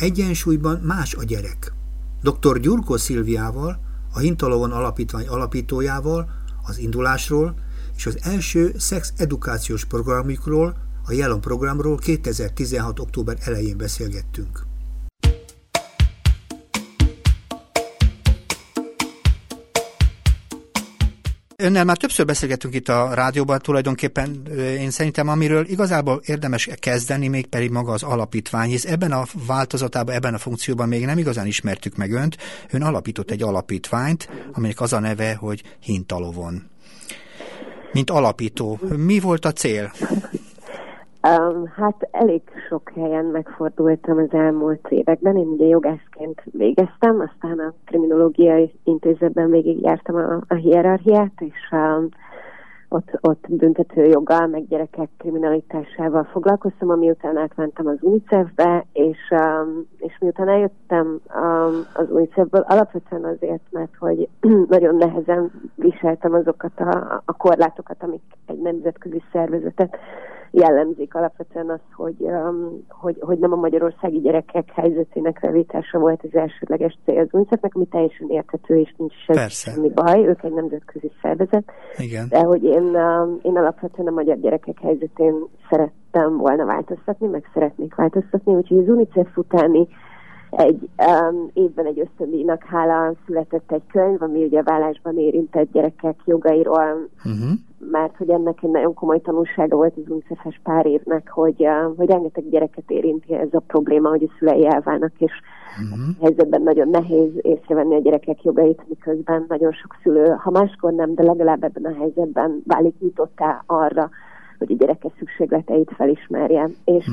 Egyensúlyban más a gyerek. Dr. Gyurkó Szilviával, a Hintalovon Alapítvány alapítójával az indulásról és az első szexedukációs programjukról, a Jelon programról 2016. október elején beszélgettünk. Önnel már többször beszélgettünk itt a rádióban, tulajdonképpen én szerintem, amiről igazából érdemes kezdeni, mégpedig maga az alapítvány, hisz ebben a változatában, ebben a funkcióban még nem igazán ismertük meg önt. Ön alapított egy alapítványt, aminek az a neve, hogy Hintalovon. Mint alapító, mi volt a cél? Hát elég sok helyen megfordultam az elmúlt években. Én ugye jogászként végeztem, aztán a Kriminológiai Intézetben végigjártam a hierarchiát, és ott büntetőjoggal, meg gyerekek kriminalitásával foglalkoztam, amiután átmentem az UNICEF-be, és miután eljöttem az UNICEF-ből, alapvetően azért, mert hogy nagyon nehezen viseltem azokat a korlátokat, amik egy nemzetközi szervezetet jellemzik. Alapvetően az, hogy nem a magyarországi gyerekek helyzetének javítása volt az elsődleges cél az UNICEF-nek, ami teljesen érthető, és nincs semmi baj, ők egy nemzetközi szervezet. Igen. De hogy én alapvetően a magyar gyerekek helyzetén szerettem volna változtatni, meg szeretnék változtatni, úgyhogy az UNICEF utáni egy évben egy ösztöndíjnak hála született egy könyv, ami ugye a vállásban érintett gyerekek jogairól, mert hogy ennek egy nagyon komoly tanulsága volt az UNICEF-es pár évnek, hogy rengeteg gyereket érinti ez a probléma, hogy a szülei elválnak, és a helyzetben nagyon nehéz észrevenni a gyerekek jogait, miközben nagyon sok szülő, ha máskor nem, de legalább ebben a helyzetben válik nyitottá arra, hogy a gyereke szükségleteit felismerje. És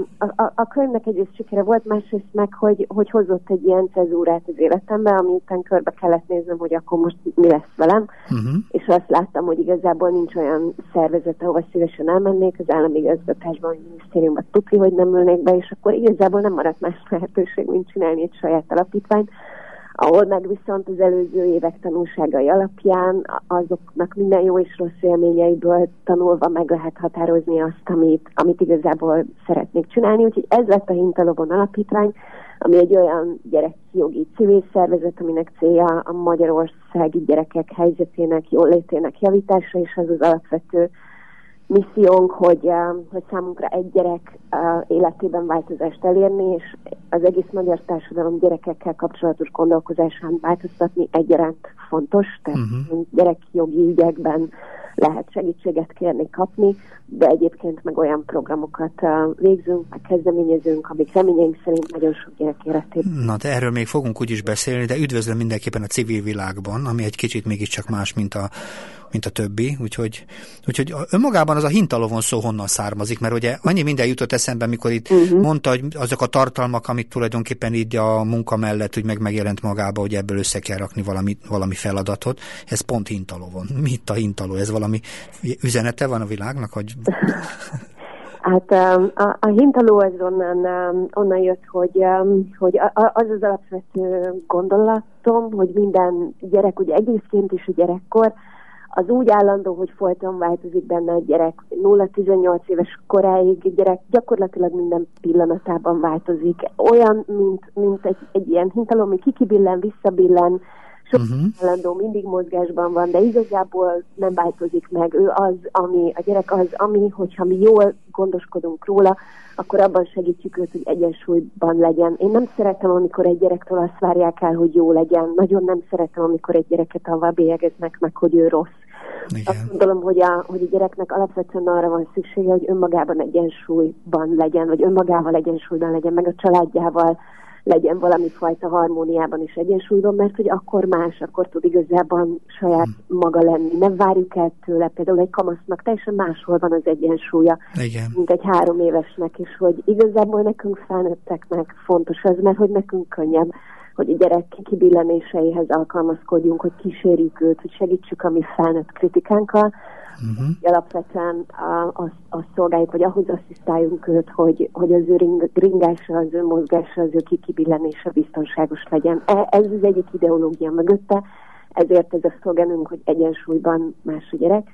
a könyvnek egyrészt sikere volt, másrészt meg, hogy hozott egy ilyen cezúrát az életembe, ami után körbe kellett néznem, hogy akkor most mi lesz velem, és azt láttam, hogy igazából nincs olyan szervezet, ahova szívesen elmennék, az állami igazgatásban, a minisztériumban tuti, hogy nem ülnék be, és akkor igazából nem maradt más lehetőség, mint csinálni egy saját alapítványt, ahol meg viszont az előző évek tanulságai alapján azoknak minden jó és rossz élményeiből tanulva meg lehet határozni azt, amit igazából szeretnék csinálni. Úgyhogy ez lett a Hintalovon Alapítvány, ami egy olyan gyerekjogi civil szervezet, aminek célja a magyarországi gyerekek helyzetének, jólétének javítása, és az az alapvető missziónk, hogy számunkra egy gyerek életében változást elérni, és az egész magyar társadalom gyerekekkel kapcsolatos gondolkozásán változtatni egyaránt fontos, tehát gyerekjogi ügyekben lehet segítséget kérni, kapni, de egyébként meg olyan programokat végzünk, meg kezdeményezünk, amik reményeink szerint nagyon sok gyerek életében. Na, de erről még fogunk úgyis beszélni, de üdvözlöm mindenképpen a civil világban, ami egy kicsit mégiscsak más, mint a többi, úgyhogy önmagában az a Hintalovon szó honnan származik, mert ugye annyi minden jutott eszembe, amikor itt mondta, hogy azok a tartalmak, amit tulajdonképpen így a munka mellett úgy megjelent magába, hogy ebből össze kell rakni valami feladatot, ez pont Hintalovon. Mi itt a Hintaló? Ez valami üzenete van a világnak? Hogy... Hát a Hintaló az onnan jött, hogy az az alapvető gondolatom, hogy minden gyerek, ugye egészként is a gyerekkor, az úgy állandó, hogy folyton változik benne a gyerek. 0-18 éves koráig a gyerek gyakorlatilag minden pillanatában változik. Olyan, mint egy ilyen hintalom, ami kikibillen, visszabillen, sok állandó, mindig mozgásban van, de igazából nem változik meg. Ő az, a gyerek az, hogyha mi jól gondoskodunk róla, akkor abban segítjük őt, hogy egyensúlyban legyen. Én nem szeretem, amikor egy gyerektől azt várják el, hogy jó legyen. Nagyon nem szeretem, amikor egy gyereket avval bélyegeznek meg, hogy ő rossz. Igen. Azt gondolom, hogy a gyereknek alapvetően arra van szüksége, hogy önmagában egyensúlyban legyen, vagy önmagával egyensúlyban legyen, meg a családjával legyen valami fajta harmóniában és egyensúlyban, mert hogy akkor akkor tud igazából saját maga lenni. Nem várjuk el tőle, például egy kamasznak teljesen máshol van az egyensúlya, mint egy 3 évesnek, és hogy igazából nekünk felnőtteknek fontos ez, mert hogy nekünk könnyebb, hogy a gyerek kibillenéseihez alkalmazkodjunk, hogy kísérjük őt, hogy segítsük a mi felnőtt kritikánkkal. Alapvetően azt szolgáljuk, hogy ahhoz asszisztáljunk őt, hogy az ő ringása, az ő mozgása, az ő kibillenése biztonságos legyen. Ez az egyik ideológia mögötte, ezért ez a szlogenünk, hogy egyensúlyban más a gyerek.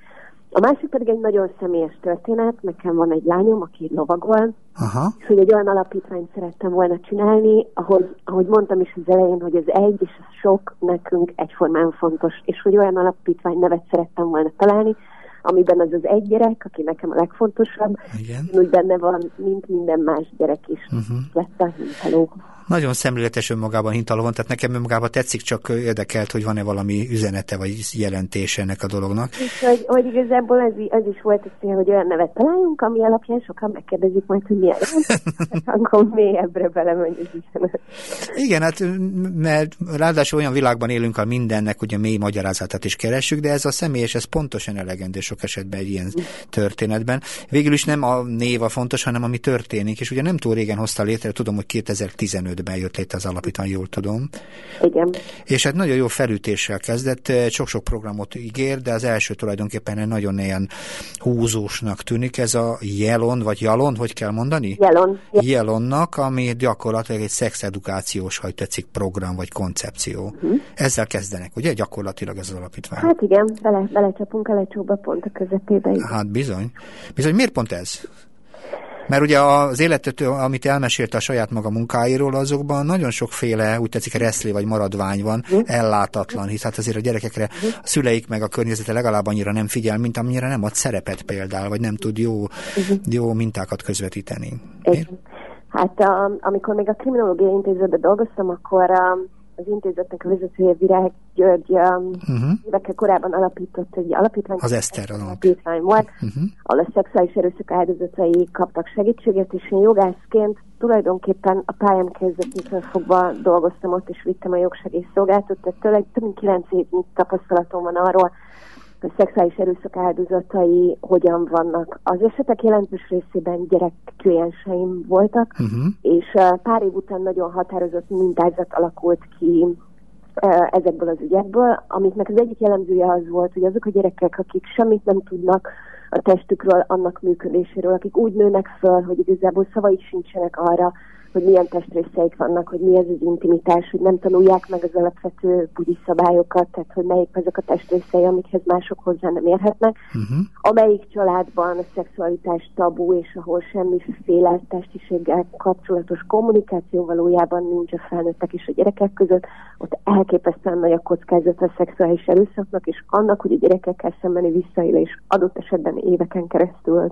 A másik pedig egy nagyon személyes történet, nekem van egy lányom, aki lovagol, Aha. és hogy egy olyan alapítványt szerettem volna csinálni, ahogy mondtam is az elején, hogy az egy és a sok nekünk egyformán fontos, és hogy olyan alapítvány nevet szerettem volna találni, amiben az egy gyerek, aki nekem a legfontosabb, úgy benne van, mint minden más gyerek is. Lett a hintaló. Nagyon szemléletes önmagában hintalovon, tehát nekem önmagában tetszik, csak érdekelt, hogy van-e valami üzenete vagy jelentése ennek a dolognak. És hogy igazából ez is volt a cél, hogy olyan nevet találjunk, ami alapján sokan megkérdezik majd, hogy milyen akkor mélyebbre belemegy az üzenet. Igen, hát mert ráadásul olyan világban élünk, ahol mindennek ugye mély magyarázatát is keressük, de ez a személyes, ez pontosan elegendő sok esetben egy ilyen történetben. Végül is nem a név a fontos, hanem ami történik, és ugye nem túl régen hozta létre, tudom, hogy 2015-ben jött létre az alapítvány, jól tudom. Igen. És hát nagyon jó felütéssel kezdett, sok-sok programot ígér, de az első tulajdonképpen nagyon ilyen húzósnak tűnik, ez a Jelon, vagy Jalon, hogy kell mondani? Jelonnak, ami gyakorlatilag egy szexedukációs, ha tetszik, program vagy koncepció. Ezzel kezdenek, ugye? Gyakorlatilag ez az alapítvány. Hát igen, belecsapunk a lecsóba pont a közepébe. Hát bizony. Bizony, miért pont ez? Mert ugye az életet, amit elmesélte a saját maga munkáiról, azokban nagyon sokféle, úgy tetszik, reszlé vagy maradvány van, ellátatlan, hisz hát azért a gyerekekre a szüleik meg a környezete legalább annyira nem figyel, mint amennyire nem ad szerepet például, vagy nem tud jó mintákat közvetíteni. Hát amikor még a Kriminológiai Intézetben dolgoztam, akkor az intézetnek a vezetője Virág György évekkel korábban alapított egy alapítvány. Az Eszter alapítvány volt, ahol a szexuális erőszak áldozatai kaptak segítséget, és én jogászként tulajdonképpen a pályám kezdetétől fogva dolgoztam ott, és vittem a jogsegélyszolgáltat, tehát tőle több mint 9 évnyi tapasztalatom van arról, a szexuális erőszak áldozatai hogyan vannak. Az esetek jelentős részében gyerekklienseim voltak, és pár év után nagyon határozott mintázat alakult ki ezekből az ügyekből, amiknek az egyik jellemzője az volt, hogy azok a gyerekek, akik semmit nem tudnak a testükről, annak működéséről, akik úgy nőnek föl, hogy igazából szavaik sincsenek arra, hogy milyen testrészeik vannak, hogy mi ez az intimitás, hogy nem tanulják meg az alapvető bugyi szabályokat, tehát hogy melyik azok a testrészei, amikhez mások hozzá nem érhetnek. Amelyik családban a szexualitás tabu, és ahol semmiféle testiséggel kapcsolatos kommunikáció valójában nincs a felnőttek és a gyerekek között, ott elképesztően nagy a kockázat a szexuális erőszaknak, és annak, hogy a gyerekekkel szembeni visszaélés adott esetben éveken keresztül.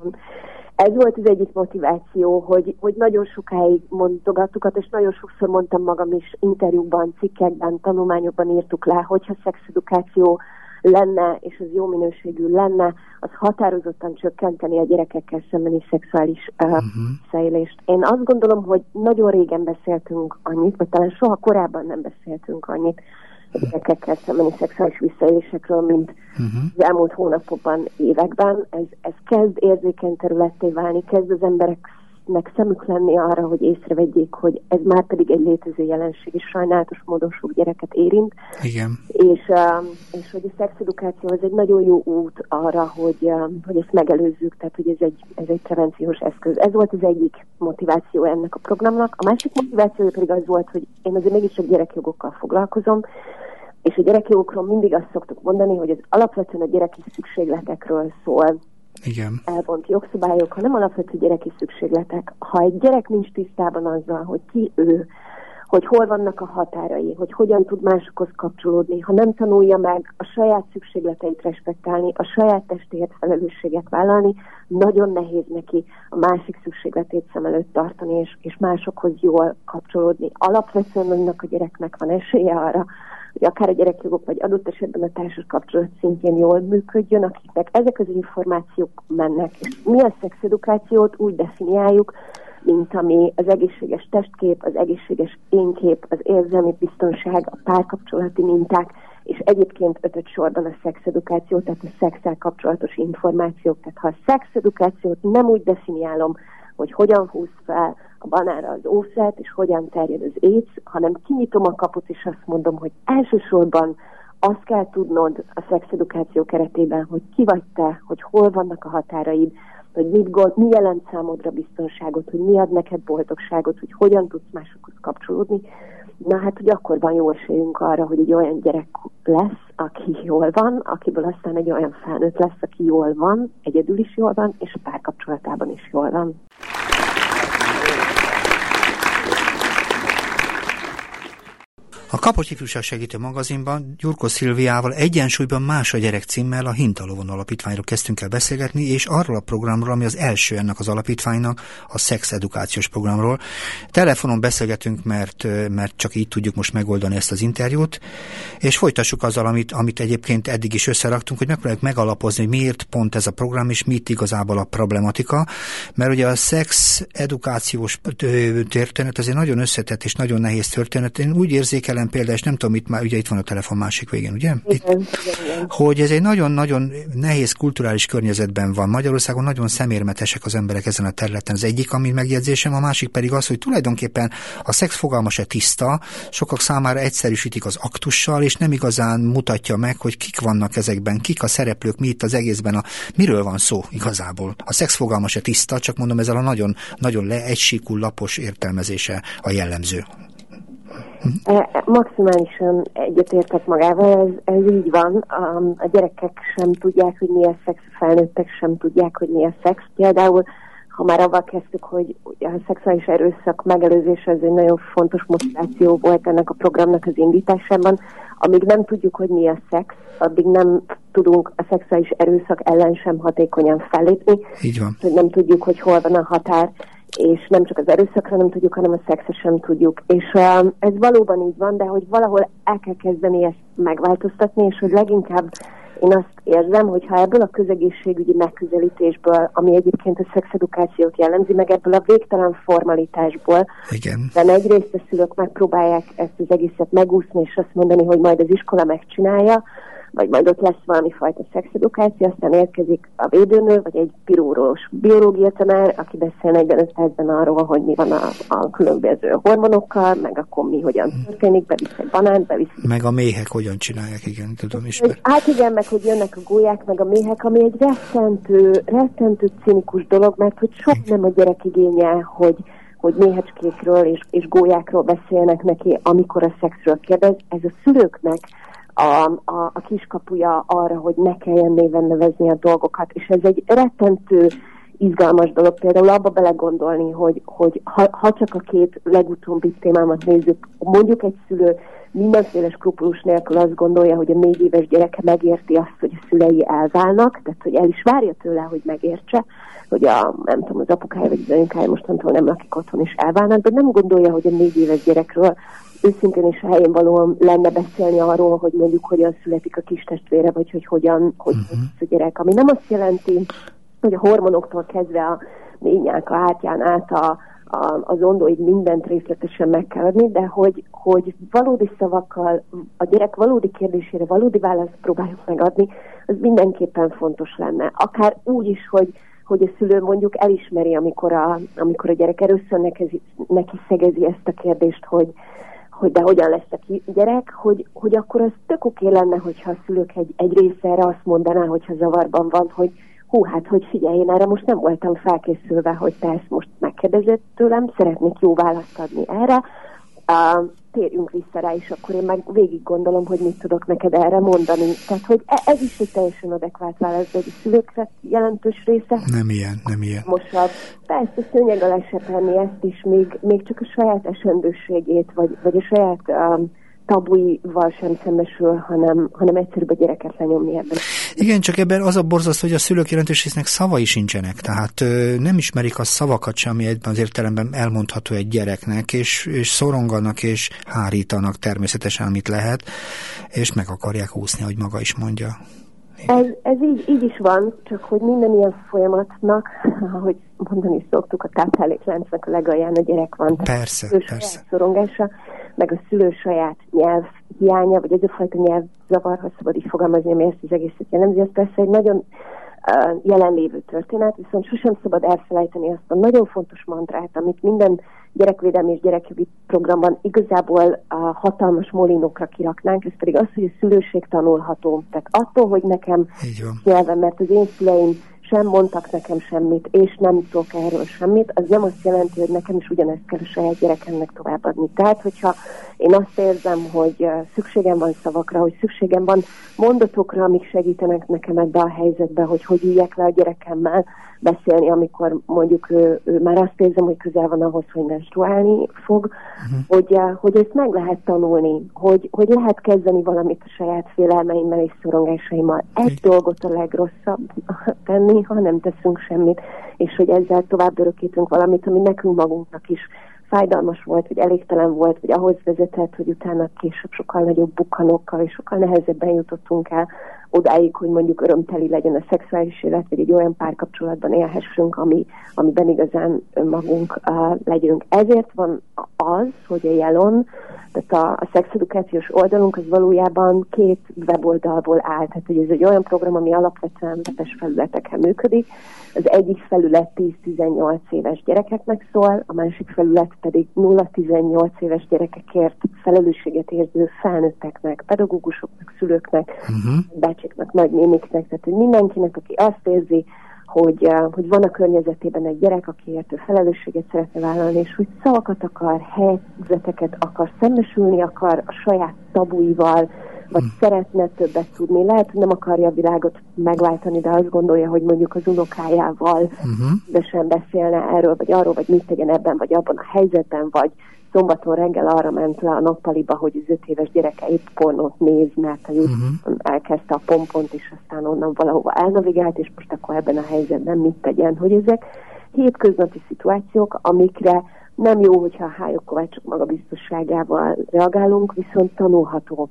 Ez volt az egyik motiváció, hogy nagyon sokáig mondogattuk, és nagyon sokszor mondtam magam is interjúkban, cikkekben, tanulmányokban írtuk le, hogyha szexedukáció lenne, és az jó minőségű lenne, az határozottan csökkenteni a gyerekekkel szembeni szexuális visszaélést. Én azt gondolom, hogy nagyon régen beszéltünk annyit, vagy talán soha korábban nem beszéltünk annyit a gyerekekkel szembeni szexuális visszaélésekről, mint az elmúlt hónapokban, években. Ez kezd érzékeny területté válni, kezd az embereknek szemük lenni arra, hogy észrevegyék, hogy ez már pedig egy létező jelenség, és sajnálatos módon sok gyereket érint. Igen. És hogy a szexedukáció az egy nagyon jó út arra, hogy ezt megelőzzük, tehát hogy ez egy prevenciós eszköz. Ez volt az egyik motiváció ennek a programnak. A másik motiváció pedig az volt, hogy én azért mégiscsak gyerekjogokkal foglalkozom, és a gyerekjogokról mindig azt szoktuk mondani, hogy ez alapvetően a gyereki szükségletekről szól. Igen. Elvont jogszabályok, hanem alapvető gyereki szükségletek. Ha egy gyerek nincs tisztában azzal, hogy ki ő, hogy hol vannak a határai, hogy hogyan tud másokhoz kapcsolódni, ha nem tanulja meg a saját szükségleteit respektálni, a saját testéért felelősséget vállalni, nagyon nehéz neki a másik szükségletét szem előtt tartani, és másokhoz jól kapcsolódni. Alapvetően annak a gyereknek van esélye arra, hogy akár a gyerekjogok, vagy adott esetben a társas kapcsolat szintjén jól működjön, akiknek ezek az információk mennek. És mi a szexedukációt úgy definiáljuk, mint ami az egészséges testkép, az egészséges énkép, az érzelmi biztonság, a párkapcsolati minták, és egyébként 5 sorban a szexedukáció, tehát a szexszel kapcsolatos információk. Tehát ha a szexedukációt nem úgy definiálom, hogy hogyan húz fel a banára az ószert, és hogyan terjed az AIDS, hanem kinyitom a kaput, és azt mondom, hogy elsősorban azt kell tudnod a szexedukáció keretében, hogy ki vagy te, hogy hol vannak a határaid, hogy mi jelent számodra biztonságot, hogy mi ad neked boldogságot, hogy hogyan tudsz másokhoz kapcsolódni. Na hát, hogy akkor van jó esélyünk arra, hogy egy olyan gyerek lesz, aki jól van, akiből aztán egy olyan felnőtt lesz, aki jól van, egyedül is jól van, és a párkapcsolatában is jól van. A Kapocs Ifjúság Segítő magazinban Gyurkó Szilviával Egyensúlyban más a gyerek címmel a Hintalovon alapítványról kezdtünk el beszélgetni, és arról a programról, ami az első ennek az alapítványnak, a szexedukációs programról. Telefonon beszélgetünk, mert csak így tudjuk most megoldani ezt az interjút, és folytassuk azzal, amit egyébként eddig is összeraktunk, hogy megpróbáljuk megalapozni, hogy miért pont ez a program, és mit igazából a problematika, mert ugye a szexedukációs történet az egy nagyon összetett és nagyon nehéz történet. Én úgy érzékelem például, és nem tudom, ugye itt van a telefon másik végén, ugye? Igen. Hogy ez egy nagyon-nagyon nehéz kulturális környezetben van. Magyarországon nagyon szemérmetesek az emberek ezen a területen. Az egyik, ami megjegyzésem, a másik pedig az, hogy tulajdonképpen a szex fogalma se tiszta, sokak számára egyszerűsítik az aktussal, és nem igazán mutatja meg, hogy kik vannak ezekben, kik a szereplők, mi itt az egészben, miről van szó igazából. A szex fogalma se tiszta, csak mondom, ezzel a nagyon egysíkú, lapos értelmezése a jellemző. Maximálisan egyetértek magával, ez így van. A gyerekek sem tudják, hogy mi a szex, a felnőttek sem tudják, hogy mi a szex. Például, ha már avval kezdtük, hogy a szexuális erőszak megelőzése ez egy nagyon fontos motiváció volt ennek a programnak az indításában. Amíg nem tudjuk, hogy mi a szex, addig nem tudunk a szexuális erőszak ellen sem hatékonyan fellépni. Így van. Hogy nem tudjuk, hogy hol van a határ, és nem csak az erőszakra nem tudjuk, hanem a szexre sem tudjuk. És ez valóban így van, de hogy valahol el kell kezdeni ezt megváltoztatni, és hogy leginkább én azt érzem, hogy ha ebből a közegészségügyi megközelítésből, ami egyébként a szexedukációt jellemzi, meg ebből a végtelen formalitásból, igen. De egyrészt a szülők megpróbálják ezt az egészet megúszni, és azt mondani, hogy majd az iskola megcsinálja, vagy majd ott lesz valami fajta szexedukáció, aztán érkezik a védőnő, vagy egy pirórós biológia tanár, aki beszél 45 percben arról, hogy mi van a különböző hormonokkal, meg akkor mi hogyan történik, bevisz egy banánt, meg a méhek hogyan csinálják, igen, tudom is. Hát igen, meg hogy jönnek a gólyák, meg a méhek, ami egy rettentő cinikus dolog, mert hogy sok nem a gyerek igénye, hogy méhecskékről és gólyákról beszélnek neki, amikor a szexről kérdez. Ez a szülőknek a kiskapuja arra, hogy ne kelljen néven nevezni a dolgokat, és ez egy rettentő izgalmas dolog, például abba belegondolni, hogy ha csak a két legutóbbi témámat nézzük, mondjuk egy szülő mindenféle skrupulus nélkül azt gondolja, hogy a 4 éves gyereke megérti azt, hogy a szülei elválnak, tehát hogy el is várja tőle, hogy megértse, hogy nem tudom, az apukája vagy az anyukája mostantól nem lakik otthon és elválnak, de nem gondolja, hogy a 4 éves gyerekről őszintén is helyén valóan lenne beszélni arról, hogy mondjuk hogyan születik a kis testvére, vagy hogy hogyan a gyerek. Ami nem azt jelenti, hogy a hormonoktól kezdve a ményák, a hátján át az ondóig mindent részletesen meg kell adni, de hogy valódi szavakkal a gyerek valódi kérdésére valódi választ próbáljuk megadni, az mindenképpen fontos lenne. Akár úgy is, hogy a szülő mondjuk elismeri, amikor a gyerek először neki szegezi ezt a kérdést, hogy de hogyan lesz a gyerek, hogy akkor az tök oké lenne, hogyha a szülők egy része erre azt mondaná, hogyha zavarban van, hogy hogy figyelj, én erre most nem voltam felkészülve, hogy te ezt most megkérdezed tőlem, szeretnék jó választ adni erre, térjünk vissza rá, és akkor én meg végig gondolom, hogy mit tudok neked erre mondani. Tehát, hogy ez is egy teljesen adekvát válasz, de a szülőkre jelentős része. Nem ilyen. Most persze szőnyeg alá seperni ezt is, még csak a saját esendőségét, vagy a saját tabuival sem szembesül, hanem egyszerűbb a gyereket lenyomni ebben. Igen, csak ebben az a borzasztó, hogy a szülők jelentős résznek szavai sincsenek, tehát nem ismerik a szavakat sem, ami egyben az értelemben elmondható egy gyereknek, és szoronganak és hárítanak természetesen, amit lehet, és meg akarják úszni, ahogy maga is mondja. Ez így is van, csak hogy minden ilyen folyamatnak, ahogy mondani szoktuk, a táplálékláncnak a legalján a gyerek van. Persze. Szorongása, meg a szülő saját nyelv hiánya, vagy ez a fajta nyelvzavar, ha szabad így fogalmazni, ami ezt az egészet jellemzi, ez persze egy nagyon jelenlévő történet, viszont sosem szabad elfelejteni azt a nagyon fontos mantrát, amit minden gyerekvédelmi és gyerekjogi programban igazából hatalmas molinokra kiraknánk, ez pedig az, hogy a szülőség tanulható. Tehát attól, hogy nekem nyelvem, mert az én szüleim sem mondtak nekem semmit, és nem tudok erről semmit, az nem azt jelenti, hogy nekem is ugyanezt kell a saját gyerekemnek továbbadni. Tehát, hogyha én azt érzem, hogy szükségem van szavakra, hogy szükségem van mondatokra, amik segítenek nekem ebbe a helyzetbe, hogy üljek le a gyerekemmel beszélni, amikor mondjuk ő már azt érzem, hogy közel van ahhoz, hogy menstruálni fog, hogy ezt meg lehet tanulni, hogy lehet kezdeni valamit a saját félelmeimmel és szorongásaimmal. Egy dolgot a legrosszabb tenni, ha nem teszünk semmit, és hogy ezzel tovább örökítünk valamit, ami nekünk magunknak is fájdalmas volt, vagy elégtelen volt, vagy ahhoz vezetett, hogy utána később sokkal nagyobb bukkanokkal, és sokkal nehezebben jutottunk el odáig, hogy mondjuk örömteli legyen a szexuális élet, vagy egy olyan párkapcsolatban élhessünk, amiben igazán önmagunk legyünk. Ezért van az, hogy a Jelon, tehát a szexedukációs oldalunk az valójában 2 weboldalból áll. Tehát hogy ez egy olyan program, ami alapvetően webes felületeken működik. Az egyik felület 10-18 éves gyerekeknek szól, a másik felület pedig 0-18 éves gyerekekért felelősséget érző felnőtteknek, pedagógusoknak, szülőknek, bácsiknak, nagynéniknek, tehát hogy mindenkinek, aki azt érzi, hogy van a környezetében egy gyerek, akiért ő felelősséget szeretne vállalni, és hogy szavakat akar, helyzeteket akar, szembesülni akar a saját tabuival, vagy szeretne többet tudni. Lehet, hogy nem akarja a világot megváltani, de azt gondolja, hogy mondjuk az unokájával szívesen beszélne erről, vagy arról, vagy mit tegyen ebben, vagy abban a helyzetben, vagy szombaton reggel arra ment le a nappaliba, hogy az 5 éves gyereke épp pornót néz, mert a YouTube elkezdte a pompont, és aztán onnan valahova elnavigált, és most akkor ebben a helyzetben mit tegyen. Hogy ezek hétköznapi szituációk, amikre nem jó, hogyha a Hályog Kovácsok magabiztosságával reagálunk, viszont tanulható.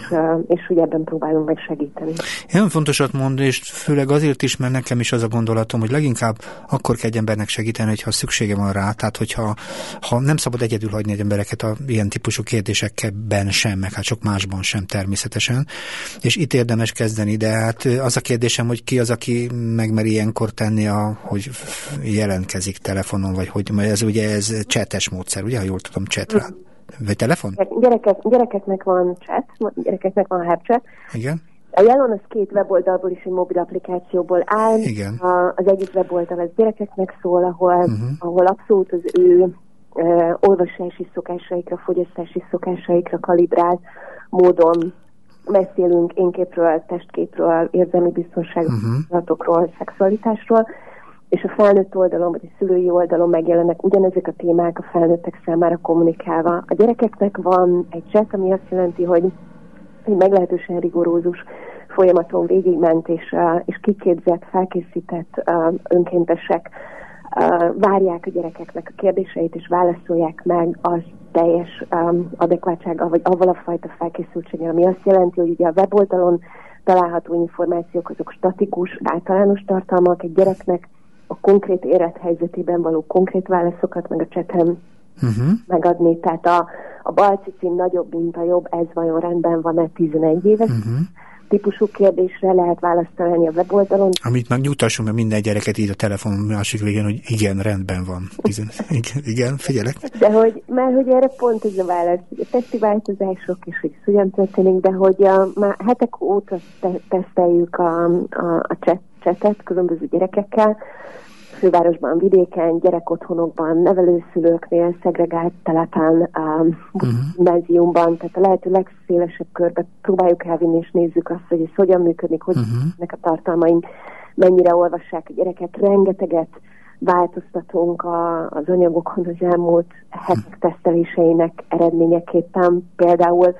És hogy ebben próbálunk meg segíteni. Nagyon fontosat mond, és főleg azért is, mert nekem is az a gondolatom, hogy leginkább akkor kell egy embernek segíteni, hogyha szüksége van rá, tehát hogyha nem szabad egyedül hagyni egy embereket a ilyen típusú kérdésekben sem, meg hát sok másban sem természetesen, és itt érdemes kezdeni, de hát az a kérdésem, hogy ki az, aki megmeri ilyenkor tenni, hogy jelentkezik telefonon, vagy hogy ez csetes módszer, ugye, ha jól tudom, csetre. Vagy telefon? Gyerekeknek van chat, gyerekeknek van HelpChat. Igen. A Jelon az 2 weboldalból és egy mobil applikációból áll. Igen. Az egyik weboldal az gyerekeknek szól, ahol abszolút az ő olvasási szokásaikra, fogyasztási szokásaikra kalibrált módon beszélünk énképről, testképről, érzelmi biztonságról, szexualitásról, és a felnőtt oldalon, vagy a szülői oldalon megjelennek ugyanezek a témák a felnőttek számára kommunikálva. A gyerekeknek van egy chat, ami azt jelenti, hogy egy meglehetősen rigorózus folyamaton végigment, és kiképzett, felkészített önkéntesek várják a gyerekeknek a kérdéseit, és válaszolják meg az teljes adekvátsággal, vagy avval a fajta felkészültséggel, ami azt jelenti, hogy ugye a weboldalon található információk azok statikus, általános tartalmak, egy gyereknek a konkrét élethelyzetében való konkrét válaszokat meg a chaten megadni. Tehát a balcicim nagyobb, mint a jobb, ez vajon rendben van-e 11 éves típusú kérdésre lehet választ találni a weboldalon. Amit megnyugtassunk, mert minden gyereket így a telefonon másik végén, hogy igen, rendben van. Igen, figyelek. Mert hogy erre pont ez a válasz, hogy a testi változások, és hogy ez hogyan történik, de hogy már hetek óta teszteljük a chatet különböző gyerekekkel, fővárosban, vidéken, gyerekotthonokban, nevelőszülőknél, szegregált telepen, gimnáziumban, tehát a lehető legszélesebb körbe próbáljuk elvinni, és nézzük azt, hogy ez hogyan működik, hogy ennek a tartalmaink, mennyire olvassák a gyerekek, rengeteget változtatunk az anyagokon az elmúlt hetek teszteléseinek eredményeképpen. Például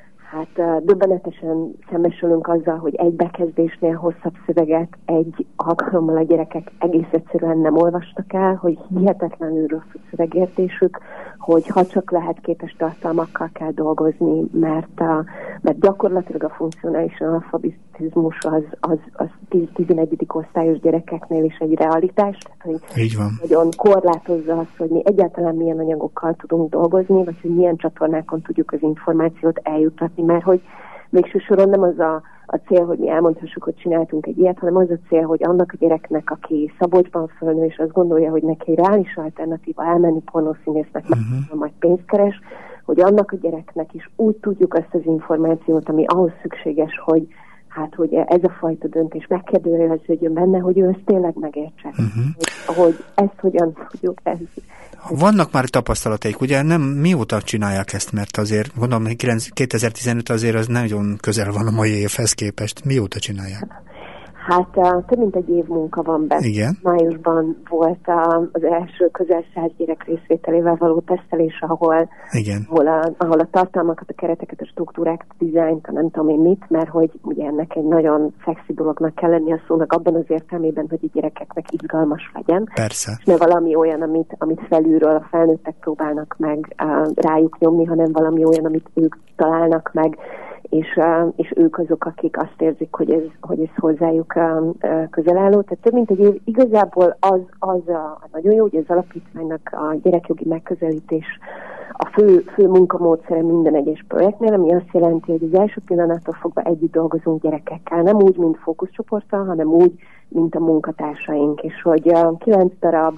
döbbenetesen szembesülünk azzal, hogy egy bekezdésnél hosszabb szöveget egy alkalommal a gyerekek egész egyszerűen nem olvastak el, hogy hihetetlenül rossz a szövegértésük, hogy ha csak lehet képes tartalmakkal kell dolgozni, mert gyakorlatilag a funkcionális analfabetizmus az 10-11. osztályos gyerekeknél is egy realitás, tehát hogy nagyon korlátozza azt, hogy mi egyáltalán milyen anyagokkal tudunk dolgozni, vagy hogy milyen csatornákon tudjuk az információt eljutatni, mert hogy végső soron nem az a cél, hogy mi elmondhassuk, hogy csináltunk egy ilyet, hanem az a cél, hogy annak a gyereknek, aki Szabolcsban fölnő, és azt gondolja, hogy neki reális alternatíva elmenni pornószínésznek, majd pénzt keres, hogy annak a gyereknek is úgy tudjuk azt az információt, ami ahhoz szükséges, hogy hát hogy ez a fajta döntés megkérdőjeleződjön benne, hogy ő ezt tényleg megértse. Hogy ezt hogyan tudjuk Vannak már tapasztalataik, ugye nem mióta csinálják ezt, mert azért gondolom, hogy 2015 azért az nagyon közel van a mai évhez képest. Mióta csinálják? Hát több mint egy év munka van benne. Igen. Májusban volt az első közel 100 gyerek részvételével való tesztelés, ahol a tartalmakat, a kereteket, a struktúrákat, a dizájnt, nem tudom én mit, mert hogy ugye ennek egy nagyon szexi dolognak kell lenni a szónak abban az értelmében, hogy a gyerekeknek izgalmas legyen. Persze. És ne valami olyan, amit felülről a felnőttek próbálnak meg rájuk nyomni, hanem valami olyan, amit ők találnak meg, és ők azok, akik azt érzik, hogy ez hozzájuk közel álló. Tehát több mint egy év, igazából az a nagyon jó, hogy az alapítványnak a gyerekjogi megközelítés a fő munkamódszere minden egyes projektnél, ami azt jelenti, hogy az első pillanattól fogva együtt dolgozunk gyerekekkel, nem úgy, mint fókuszcsoporttal, hanem úgy, mint a munkatársaink, és hogy 9 darab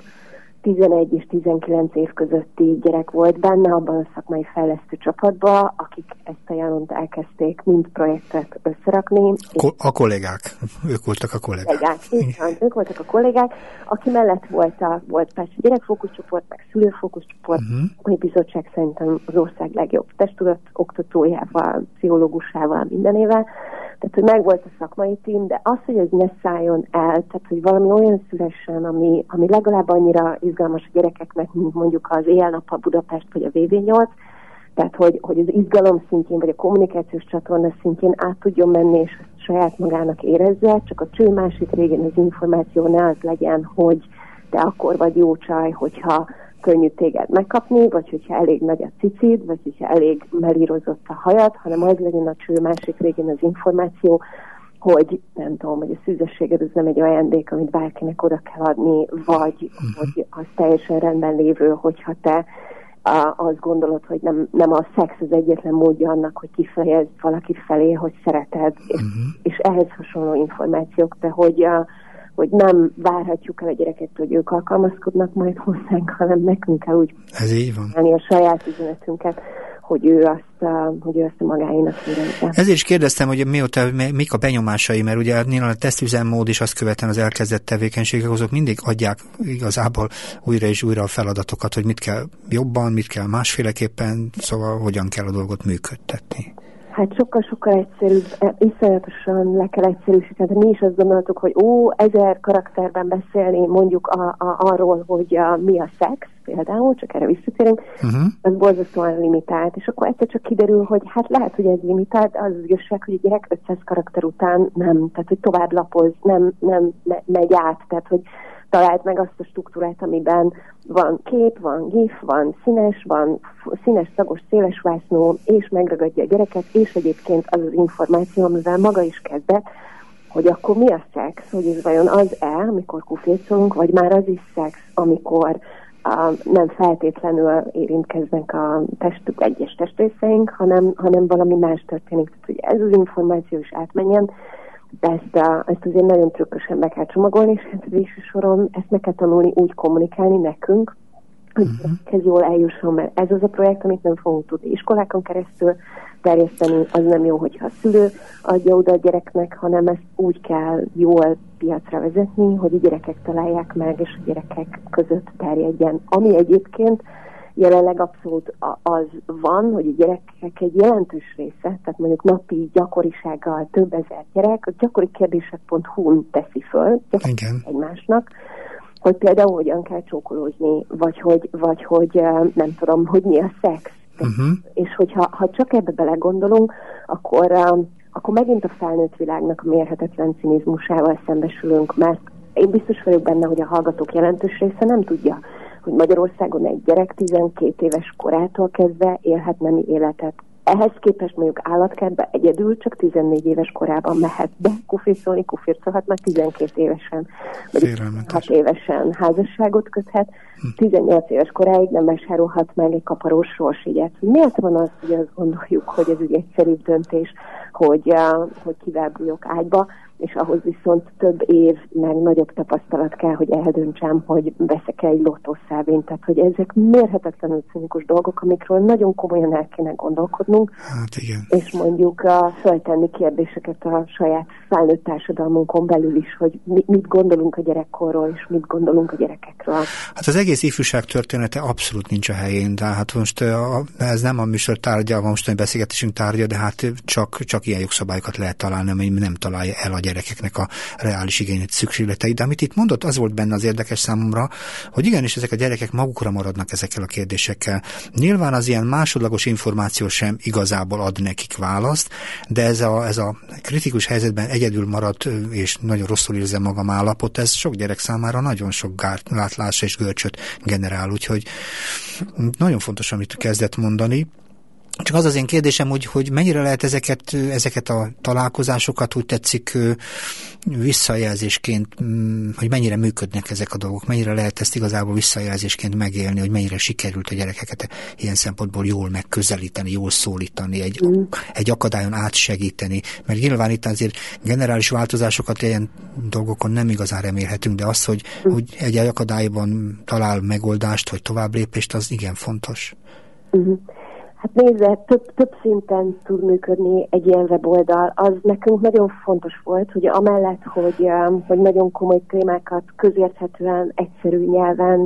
11 és 19 év közötti gyerek volt benne abban a szakmai fejlesztő csapatban, akik ezt a Janont elkezdték mind projektet összerakni. A kollégák. Ők voltak a kollégák. Ők voltak a kollégák, aki mellett volt persze gyerekfókuszcsoport, meg szülőfókuszcsoport, ami bizottság szerintem az ország legjobb testtudat oktatójával, pszichológusával, mindenével. Tehát, hogy megvolt a szakmai tím, de az, hogy ez ne szálljon el, tehát, hogy valami olyan szülessen, ami legalább annyira izgalmas a gyerekeknek, mint mondjuk az Éjjel-nappal Budapest, vagy a VV8, tehát, hogy az izgalom szintjén, vagy a kommunikációs csatorna szintjén át tudjon menni, és ezt saját magának érezze, csak a cső másik végén az információ ne az legyen, hogy te akkor vagy jó csaj, hogyha könnyű téged megkapni, vagy hogyha elég nagy a cicid, vagy hogyha elég melírozott a hajad, hanem az legyen a cső másik végén az információ, hogy nem tudom, hogy a szűzességed az nem egy ajándék, amit bárkinek oda kell adni, vagy hogy az teljesen rendben lévő, hogyha te azt gondolod, hogy nem a szex az egyetlen módja annak, hogy kifejezd valaki felé, hogy szereted, és ehhez hasonló információk, de hogy nem várhatjuk el a gyerekektől, hogy ők alkalmazkodnak majd hozzánk, hanem nekünk kell úgy állni a saját üzenetünket, hogy ő azt a magáénak érezze. Ezért is kérdeztem, hogy mik a benyomásai, mert ugye a tesztüzemmód is azt követően az elkezdett tevékenységek, azok mindig adják igazából újra és újra a feladatokat, hogy mit kell jobban, mit kell másféleképpen, szóval hogyan kell a dolgot működtetni. Hát sokkal egyszerűbb, iszonyatosan le kell egyszerűsíteni. Mi is azt gondoltuk, hogy 1000 karakterben beszélni mondjuk arról, hogy mi a szex, például, csak erre visszatérünk, az borzasztóan limitált. És akkor egyszer csak kiderül, hogy hát lehet, hogy ez limitált, az igazság, hogy a gyerek 500 karakter után nem, tehát hogy tovább lapoz, nem megy át, tehát hogy talált meg azt a struktúrát, amiben van kép, van gif, van színes, szagos, széles vásznó, és megragadja a gyereket, és egyébként az az információ, amivel maga is kezdett, hogy akkor mi a szex, hogy ez vajon az-e, amikor kufécolunk, vagy már az is szex, amikor nem feltétlenül érintkeznek a egyes testrészeink, hanem valami más történik. Tehát, hogy ez az információ is átmenjen, ezt azért nagyon trükkösen be kell csomagolni, és hát végső soron ezt meg kell tanulni úgy kommunikálni nekünk, hogy ez jól eljusson, mert ez az a projekt, amit nem fogunk tudni iskolákon keresztül terjeszteni, az nem jó, hogyha a szülő adja oda a gyereknek, hanem ezt úgy kell jól piacra vezetni, hogy a gyerekek találják meg, és a gyerekek között terjedjen. Ami egyébként jelenleg abszolút az van, hogy a gyerekek egy jelentős része, tehát mondjuk napi gyakorisággal több ezer gyerek, a gyakorikérdések.hu-n teszi föl egymásnak, hogy például hogyan kell csókolózni, vagy hogy nem tudom, hogy mi a szex. És hogyha csak ebbe belegondolunk, akkor megint a felnőtt világnak a mérhetetlen cinizmusával szembesülünk, mert én biztos vagyok benne, hogy a hallgatók jelentős része nem tudja, hogy Magyarországon egy gyerek 12 éves korától kezdve élhet nemi életet. Ehhez képest mondjuk állatkertbe egyedül csak 14 éves korában mehet be kufircolni, kufircolhat már 12 évesen. Vagy 6 évesen házasságot köthet, 18 éves koráig nem vásárolhat meg egy kaparós sorsjegyet. Miért van az, hogy azt gondoljuk, hogy ez egy egyszerűbb döntés, hogy kivel bújok ágyba? és ahhoz viszont több év, meg nagyobb tapasztalat kell, hogy eldöntsem, hogy veszek egy lottószálvényt. Tehát, hogy ezek mérhetetlenül cinikus dolgok, amikről nagyon komolyan el kéne gondolkodnunk, hát igen. És mondjuk föltenni kérdéseket a saját felnőtt társadalmunkon belül is, hogy mit gondolunk a gyerekkorról, és mit gondolunk a gyerekekről. Hát az egész ifjúság története abszolút nincs a helyén, de hát most ez nem a műsor tárgya, a mostani beszélgetésünk tárgya, de hát csak ilyen jogszabályokat lehet találni, ami nem találja el a gyerekeknek a reális igényét, szükségleteit. De amit itt mondott, az volt benne az érdekes számomra, hogy igenis ezek a gyerekek magukra maradnak ezekkel a kérdésekkel. Nyilván az ilyen másodlagos információ sem igazából ad nekik választ, de ez a kritikus helyzetben egyedül maradt és nagyon rosszul érzem magam állapot, ez sok gyerek számára nagyon sok gátlás és görcsöt generál, úgyhogy nagyon fontos, amit kezdett mondani. Csak az én kérdésem, hogy mennyire lehet ezeket a találkozásokat, úgy tetszik, visszajelzésként, hogy mennyire működnek ezek a dolgok, mennyire lehet ezt igazából visszajelzésként megélni, hogy mennyire sikerült a gyerekeket ilyen szempontból jól megközelíteni, jól szólítani, egy akadályon átsegíteni, mert nyilván itt azért generális változásokat ilyen dolgokon nem igazán remélhetünk, de az, hogy egy akadályban talál megoldást, vagy továbblépést, az igen fontos. Hát nézze, több szinten tud működni egy ilyen weboldal. Az nekünk nagyon fontos volt, hogy amellett, hogy nagyon komoly témákat közérthetően, egyszerű nyelven,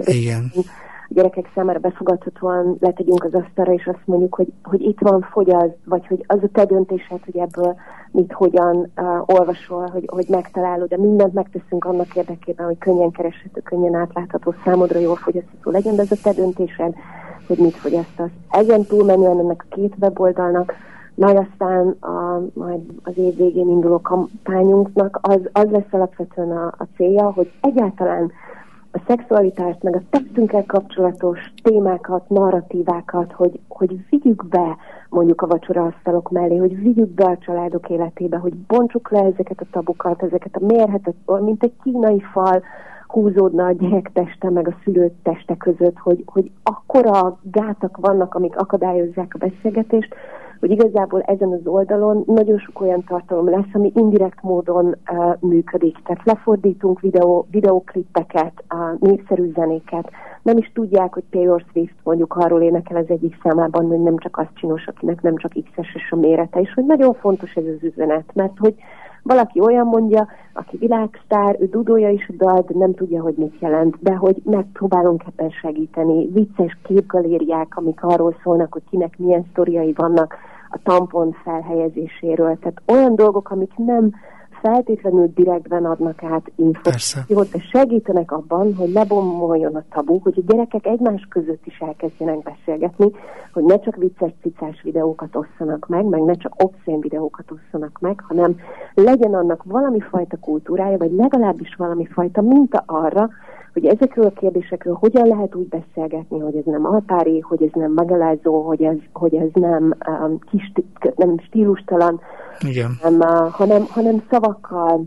a gyerekek számára befogadhatóan letegyünk az asztalra, és azt mondjuk, hogy itt van, fogyaszt, vagy hogy az a te döntésed, hogy ebből mit, hogyan olvasol, hogy megtalálod, de mindent megteszünk annak érdekében, hogy könnyen kereshető, könnyen átlátható, számodra jól fogyasztható legyen, de ez a te döntésed, hogy mit fogyasztasz. Ezen túlmenően ennek a két weboldalnak, majd aztán majd az év végén induló kampányunknak az lesz alapvetően a célja, hogy egyáltalán a szexualitást, meg a testünkkel kapcsolatos témákat, narratívákat, hogy vigyük be mondjuk a vacsoraasztalok mellé, hogy vigyük be a családok életébe, hogy bontsuk le ezeket a tabukat, ezeket a mérhetetlen, mint egy kínai fal, húzódna a gyerek teste meg a szülő teste között, hogy akkora gátak vannak, amik akadályozzák a beszélgetést, hogy igazából ezen az oldalon nagyon sok olyan tartalom lesz, ami indirekt módon működik. Tehát lefordítunk videóklippeket, népszerű zenéket. Nem is tudják, hogy Taylor Swift mondjuk arról énekel az egyik számában, hogy nem csak az csinos, akinek nem csak X-es a mérete, és hogy nagyon fontos ez az üzenet, mert hogy valaki olyan mondja, aki világsztár, ő dudolja is a dalt, nem tudja, hogy mit jelent, de hogy megpróbálunk ebben segíteni. Vicces képgalériák, amik arról szólnak, hogy kinek milyen sztoriai vannak a tampon felhelyezéséről. Tehát olyan dolgok, amik nem feltétlenül direktben adnak át információt, de segítenek abban, hogy lebomoljon a tabu, hogy a gyerekek egymás között is elkezdjenek beszélgetni, hogy ne csak vicces cicás videókat osszanak meg ne csak obszén videókat osszanak meg, hanem legyen annak valami fajta kultúrája, vagy legalábbis valami fajta minta arra, hogy ezekről a kérdésekről hogyan lehet úgy beszélgetni, hogy ez nem alpári, hogy ez nem megalázó, hogy ez nem stílustalan, hanem szavakkal,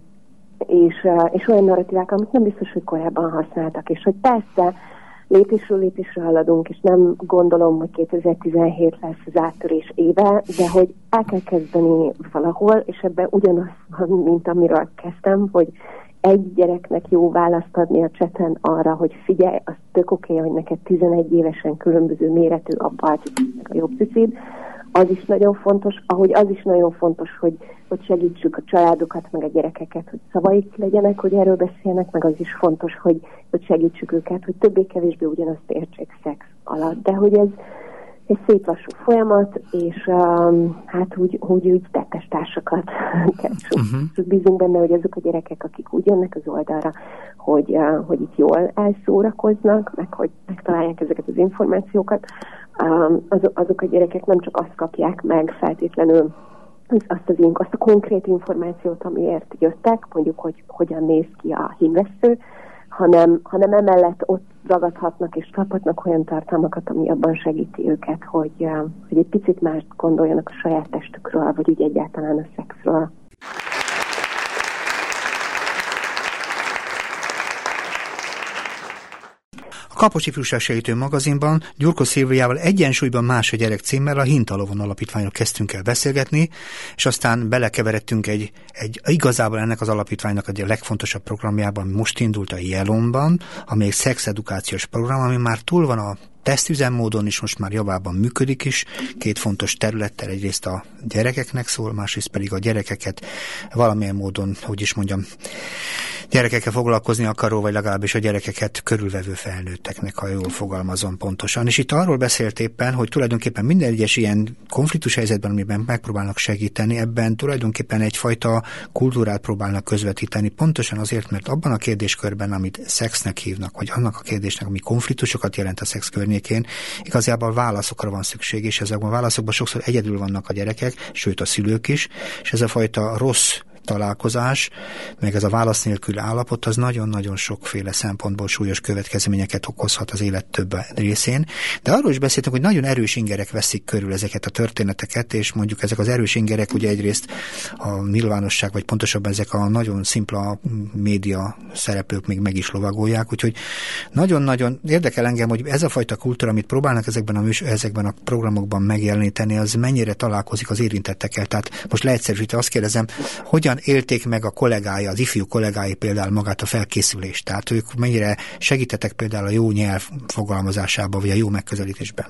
és olyan narratívák, amit nem biztos, hogy korábban használtak, és hogy persze lépésről lépésre haladunk, és nem gondolom, hogy 2017 lesz az áttörés éve, de hogy el kell kezdeni valahol, és ebben ugyanaz van, mint amiről kezdtem, hogy egy gyereknek jó választ adni a cseten arra, hogy figyelj, az tök oké, hogy neked 11 évesen különböző méretű a bal cipőd, meg a jobb cipőd, az is nagyon fontos, ahogy az is nagyon fontos, hogy segítsük a családokat, meg a gyerekeket, hogy szavaik legyenek, hogy erről beszélnek, meg az is fontos, hogy segítsük őket, hogy többé-kevésbé ugyanazt értsék szex alatt. De hogy ez egy szép lassú folyamat, és hát úgy tettes társakat keresünk. Bízunk benne, hogy azok a gyerekek, akik úgy jönnek az oldalra, hogy itt jól elszórakoznak, meg hogy megtalálják ezeket az információkat, azok a gyerekek nem csak azt kapják meg feltétlenül, azt a konkrét információt, amiért jöttek, mondjuk, hogy hogyan néz ki a hímvesztő, hanem emellett ott ragadhatnak és kaphatnak olyan tartalmakat, ami abban segíti őket, hogy egy picit mást gondoljanak a saját testükről, vagy úgy egyáltalán a szexről. Kapocs Ifjúság Segítő magazinban Gyurkó Szilviával Egyensúlyban más a gyerek címmel a Hintalovon alapítványról kezdtünk el beszélgetni, és aztán belekeveredtünk egy igazából ennek az alapítványnak a legfontosabb programjában, most indult a Jelonban, ami egy szexedukációs program, ami már túl van a tesztüzemmódon is, most már javában működik is, két fontos területtel, egyrészt a gyerekeknek szól, másrészt pedig a gyerekeket valamilyen módon, hogy is mondjam, gyerekekkel foglalkozni akaró, vagy legalábbis a gyerekeket körülvevő felnőtteknek, ha jól fogalmazom pontosan. És itt arról beszélt éppen, hogy tulajdonképpen minden egyes ilyen konfliktus helyzetben, amiben megpróbálnak segíteni, ebben tulajdonképpen egyfajta kultúrát próbálnak közvetíteni, pontosan azért, mert abban a kérdéskörben, amit szexnek hívnak, vagy annak a kérdésnek, ami konfliktusokat jelent a szex környékén, igazából válaszokra van szükség, és ezekben a válaszokban sokszor egyedül vannak a gyerekek, sőt a szülők is, és ez a fajta rossz találkozás, meg ez a válasz nélkül állapot, az nagyon-nagyon sokféle szempontból súlyos következményeket okozhat az élet több részén. De arról is beszéltünk, hogy nagyon erős ingerek veszik körül ezeket a történeteket, és mondjuk ezek az erős ingerek ugye egyrészt a nyilvánosság, vagy pontosabban ezek a nagyon szimpla média szereplők még meg is lovagolják, úgyhogy nagyon-nagyon érdekel engem, hogy ez a fajta kultúra, amit próbálnak ezekben a programokban megjeleníteni, az mennyire találkozik az érintettekkel. Tehát most leegyszerűsítve azt kérdezem, hogyan élték meg a kollégái, az ifjú kollégái például magát a felkészülést? Tehát ők mennyire segítettek például a jó nyelv fogalmazásában, vagy a jó megközelítésben?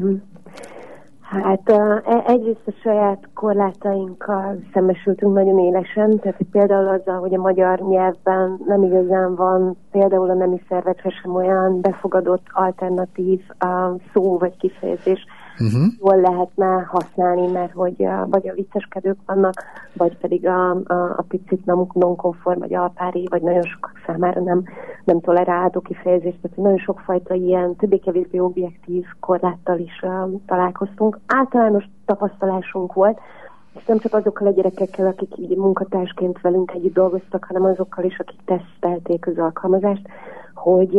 Hát egyrészt a saját korlátainkkal szembesültünk nagyon élesen, tehát például azzal, hogy a magyar nyelvben nem igazán van például a nemi szervekre sem olyan befogadott alternatív szó vagy kifejezés, jól lehetne használni, mert hogy vagy a vicceskedők vannak, vagy pedig a picit non-konform, vagy alpári, vagy nagyon sok számára nem tolerálható kifejezés, tehát nagyon sokfajta ilyen többé-kevésbé objektív korláttal is találkoztunk. Általános tapasztalásunk volt, és nem csak azokkal a gyerekekkel, akik így munkatársként velünk együtt dolgoztak, hanem azokkal is, akik tesztelték az alkalmazást, hogy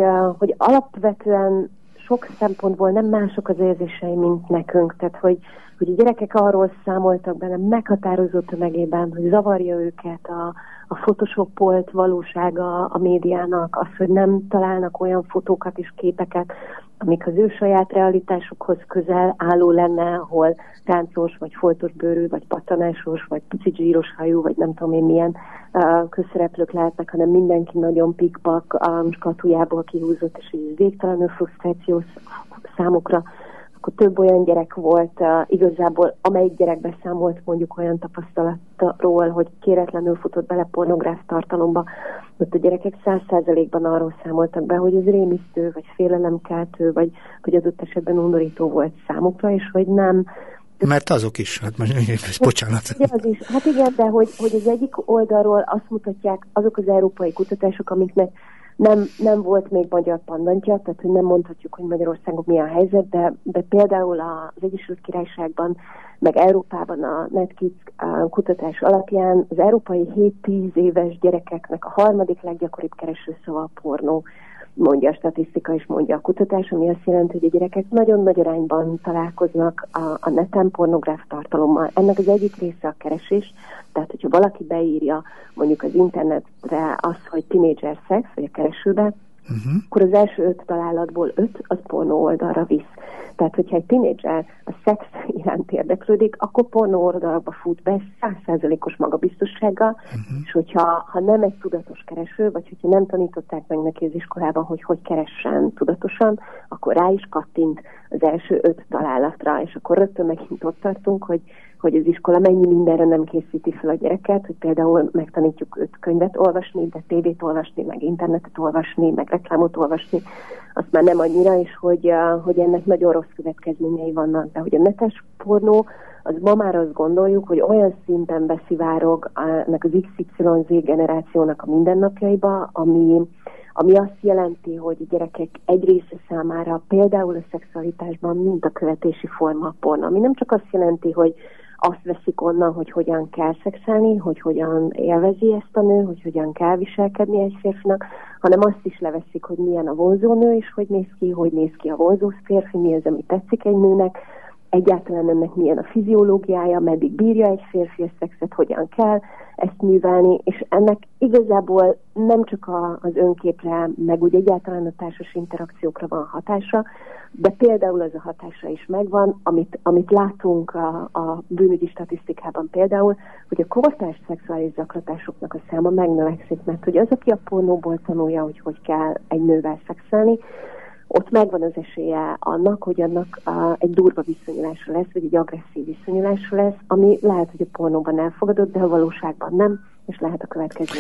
alapvetően sok szempontból nem mások az érzései, mint nekünk. Tehát, hogy a gyerekek arról számoltak benne meghatározó tömegében, hogy zavarja őket a photoshopolt valósága a médiának, az, hogy nem találnak olyan fotókat és képeket, amik az ő saját realitásukhoz közel álló lenne, ahol táncos, vagy foltos bőrű, vagy pattanásos, vagy picit zsíros hajú, vagy nem tudom én milyen közszereplők lehetnek, hanem mindenki nagyon pikpak, skatujából kihúzott, és így végtelenül frusztrációs számukra. Akkor több olyan gyerek volt, igazából amelyik gyerek beszámolt mondjuk olyan tapasztalatról, hogy kéretlenül futott bele pornográf tartalomba, ott a gyerekek 100%-ban arról számoltak be, hogy ez rémisztő, vagy félelemkeltő, vagy adott esetben undorító volt számukra, és hogy nem. Mert azok is, hát most bocsánat. Az is. Hát igen, de hogy az egyik oldalról azt mutatják azok az európai kutatások, amiknek nem volt még magyar pandantja, tehát hogy nem mondhatjuk, hogy Magyarországon mi a helyzet, de például az Egyesült Királyságban, meg Európában a NetKids kutatás alapján az európai 7-10 éves gyerekeknek a harmadik leggyakoribb keresőszava a pornó, mondja a statisztika és mondja a kutatás, ami azt jelenti, hogy a gyerekek nagyon nagy arányban találkoznak a neten pornográf tartalommal. Ennek az egyik része a keresés, tehát hogyha valaki beírja mondjuk az internetre azt, hogy teenager sex, vagy a keresőbe, akkor az első 5 találatból 5 az pornó oldalra visz. Tehát, hogyha egy tínédzser a szex iránt érdeklődik, akkor pornó oldalakba fut be 100%-os magabiztossággal, és hogyha nem egy tudatos kereső, vagy hogyha nem tanították meg neki az iskolában, hogy keressen tudatosan, akkor rá is kattint az első 5 találatra, és akkor rögtön megint ott tartunk, hogy az iskola mennyi mindenre nem készíti fel a gyereket, hogy például megtanítjuk őt könyvet olvasni, de tévét olvasni, meg internetet olvasni, meg reklámot olvasni, azt már nem annyira, és hogy ennek nagyon rossz következményei vannak. De hogy a netes pornó, az ma már azt gondoljuk, hogy olyan szinten beszivárog ennek az XYZ generációnak a mindennapjaiba, ami azt jelenti, hogy a gyerekek egy része számára például a szexualitásban mintakövetési forma a pornó, ami nem csak azt jelenti, hogy azt veszik onnan, hogy hogyan kell szexelni, hogy hogyan élvezi ezt a nő, hogy hogyan kell viselkedni egy férfinak, hanem azt is leveszik, hogy milyen a vonzó nő, és hogy néz ki a vonzó férfi, mi az, ami tetszik egy nőnek, egyáltalán ennek milyen a fiziológiája, meddig bírja egy férfi a szexet, hogyan kell ezt művelni, és ennek igazából nem csak az önképre, meg úgy egyáltalán a társas interakciókra van hatása, de például az a hatása is megvan, amit látunk a bűnügyi statisztikában például, hogy a kortárs szexuális zaklatásoknak a száma megnövekszik, mert hogy az, aki a pornóból tanulja, hogy kell egy nővel szexelni, ott megvan az esélye annak, hogy annak egy durva viszonyulásra lesz, vagy egy agresszív viszonyulásra lesz, ami lehet, hogy a pornóban elfogadott, de a valóságban nem, és lehet a következő.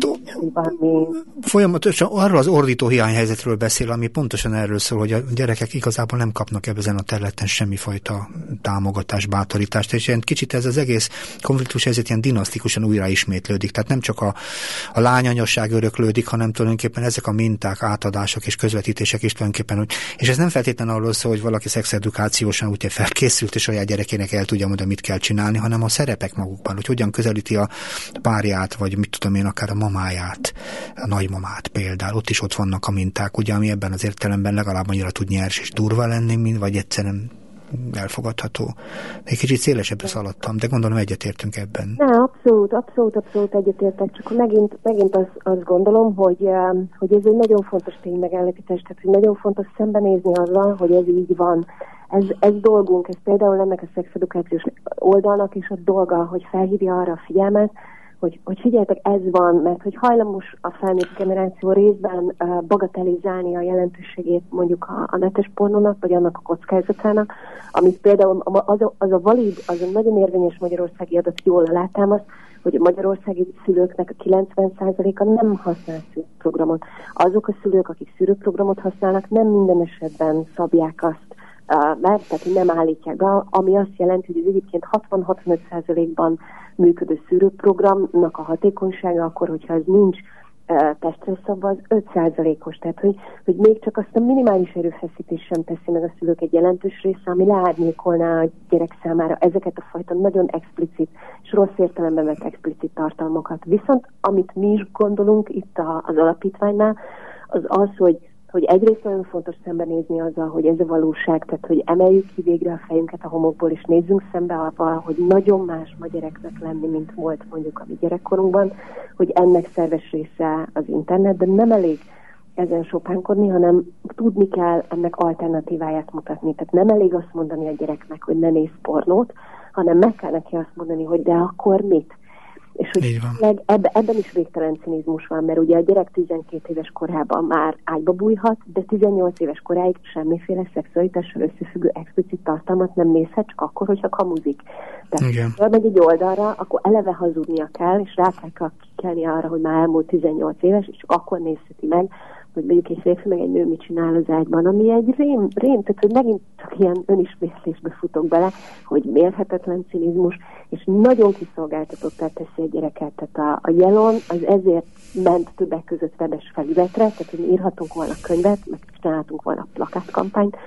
Folyamatosan arról az ordító hiányhelyzetről beszél, ami pontosan erről szól, hogy a gyerekek igazából nem kapnak ezen a területen semmifajta támogatást, bátorítást, és ilyen kicsit ez az egész konfliktus helyzet ilyen dinasztikusan újra ismétlődik. Tehát nem csak a lányanyasság öröklődik, hanem tulajdonképpen ezek a minták, átadások és közvetítések is tulajdonképpen, és ez nem feltétlenül arról szól, hogy valaki szexedukációsan úgy felkészült, és saját gyerekének el tudja mondani, mit kell csinálni, hanem a szerepek magukban, hogy hogyan közelíti a párját, vagy mit tudom én, akár a mamáját, a nagymamát például, ott vannak a minták, ugye, ami ebben az értelemben legalább annyira tud nyers és durva lenni, vagy egyszerűen elfogadható. Egy kicsit szélesebbre szaladtam, de gondolom egyetértünk ebben. Ne, abszolút egyetértek, csak megint azt gondolom, hogy ez egy nagyon fontos ténymegállapítás, tehát hogy nagyon fontos szembenézni azzal, hogy ez így van. Ez dolgunk, ez például ennek a szexedukációs oldalnak is a dolga, hogy felhívja arra a figyelmet, hogy figyeljetek, ez van, mert hogy hajlamos a felnőtt generáció részben bagatelizálni a jelentőségét mondjuk a netes pornónak, vagy annak a kockázatának, amit például az a valid, az a nagyon érvényes magyarországi adat jól alátámaszt, hogy a magyarországi szülőknek a 90%-a nem használ szűrőprogramot. Azok a szülők, akik szűrőprogramot használnak, nem minden esetben szabják azt, tehát nem állítják be, ami azt jelenti, hogy az egyébként 60-65%-ban működő szűrőprogramnak a hatékonysága akkor, hogyha ez nincs testre szabva, az 5%-os. Tehát, hogy még csak azt a minimális erőfeszítés sem teszi meg a szülők egy jelentős része, ami leárnyékolná a gyerek számára ezeket a fajta nagyon explicit és rossz értelemben vett explicit tartalmakat. Viszont amit mi is gondolunk itt az alapítványnál, az, hogy egyrészt nagyon fontos szembenézni azzal, hogy ez a valóság, tehát hogy emeljük ki végre a fejünket a homokból, és nézzünk szembe avval, hogy nagyon más ma gyereknek lenni, mint volt mondjuk a mi gyerekkorunkban, hogy ennek szerves része az internet, de nem elég ezen sopánkodni, hanem tudni kell ennek alternatíváját mutatni. Tehát nem elég azt mondani a gyereknek, hogy ne nézz pornót, hanem meg kell neki azt mondani, hogy de akkor mit? És hogy ebben is végtelen cinizmus van, mert ugye a gyerek 12 éves korában már ágyba bújhat, de 18 éves koráig semmiféle szexualitással összefüggő explicit tartalmat nem nézhet, csak akkor, hogyha kamuzik. Tehát ha megy egy oldalra, akkor eleve hazudnia kell, és rá kell kikelni arra, hogy már elmúlt 18 éves, és csak akkor nézheti meg, hogy mondjuk egy férfi meg egy nő mit csinál az ágyban, ami egy rém, tehát hogy megint csak ilyen önismétlésbe futok bele, hogy mérhetetlen cinizmus, és nagyon kiszolgáltatottá teszi a gyereket. Tehát a Jelon az ezért ment többek között webes felületre, tehát hogy írhatunk volna könyvet, meg csinálhatunk volna plakátkampányt,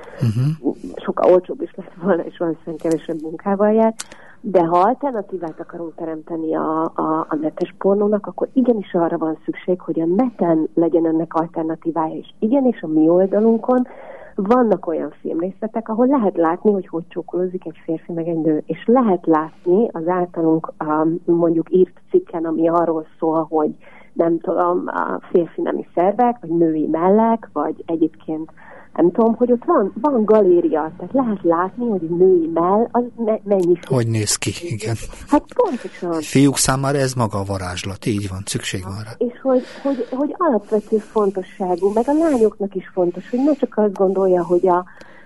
sokkal olcsóbb is lett volna, és valószínűleg kevesebb munkával jár, de ha alternatívát akarunk teremteni a netes pornónak, akkor igenis arra van szükség, hogy a neten legyen ennek alternatívája is. Igenis a mi oldalunkon vannak olyan filmrészletek, ahol lehet látni, hogy csókolózik egy férfi meg egy nő, és lehet látni az általunk mondjuk írt cikken, ami arról szól, hogy nem tudom, a férfi nemi szervek, vagy női mellek, vagy egyébként nem tudom, hogy ott van galéria, tehát lehet látni, hogy női mell, az mennyi. Hogy néz ki, igen. Hát pontosan. Fiúk számára ez maga a varázslat, így van, szükség van rá. És hogy alapvető fontosságú, meg a lányoknak is fontos, hogy ne csak azt gondolja, hogy a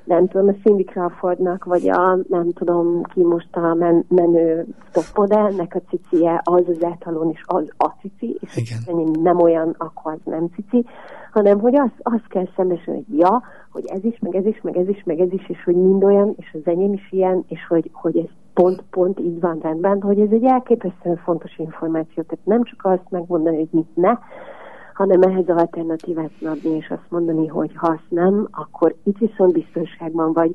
Cindy Crawfordnak, vagy nem tudom ki most a menő topmodellnek a cicie, az etalon is az a cici, és nem olyan, akkor az nem cici, hanem hogy azt kell szembesülni, hogy ez is, meg ez is, meg ez is, meg ez is, és hogy mind olyan, és az enyém is ilyen, és hogy ez pont így van rendben, hogy ez egy elképesztően fontos információ, tehát nem csak azt megmondani, hogy mit ne, hanem ehhez alternatívát adni, és azt mondani, hogy ha azt nem, akkor itt viszont biztonságban vagy,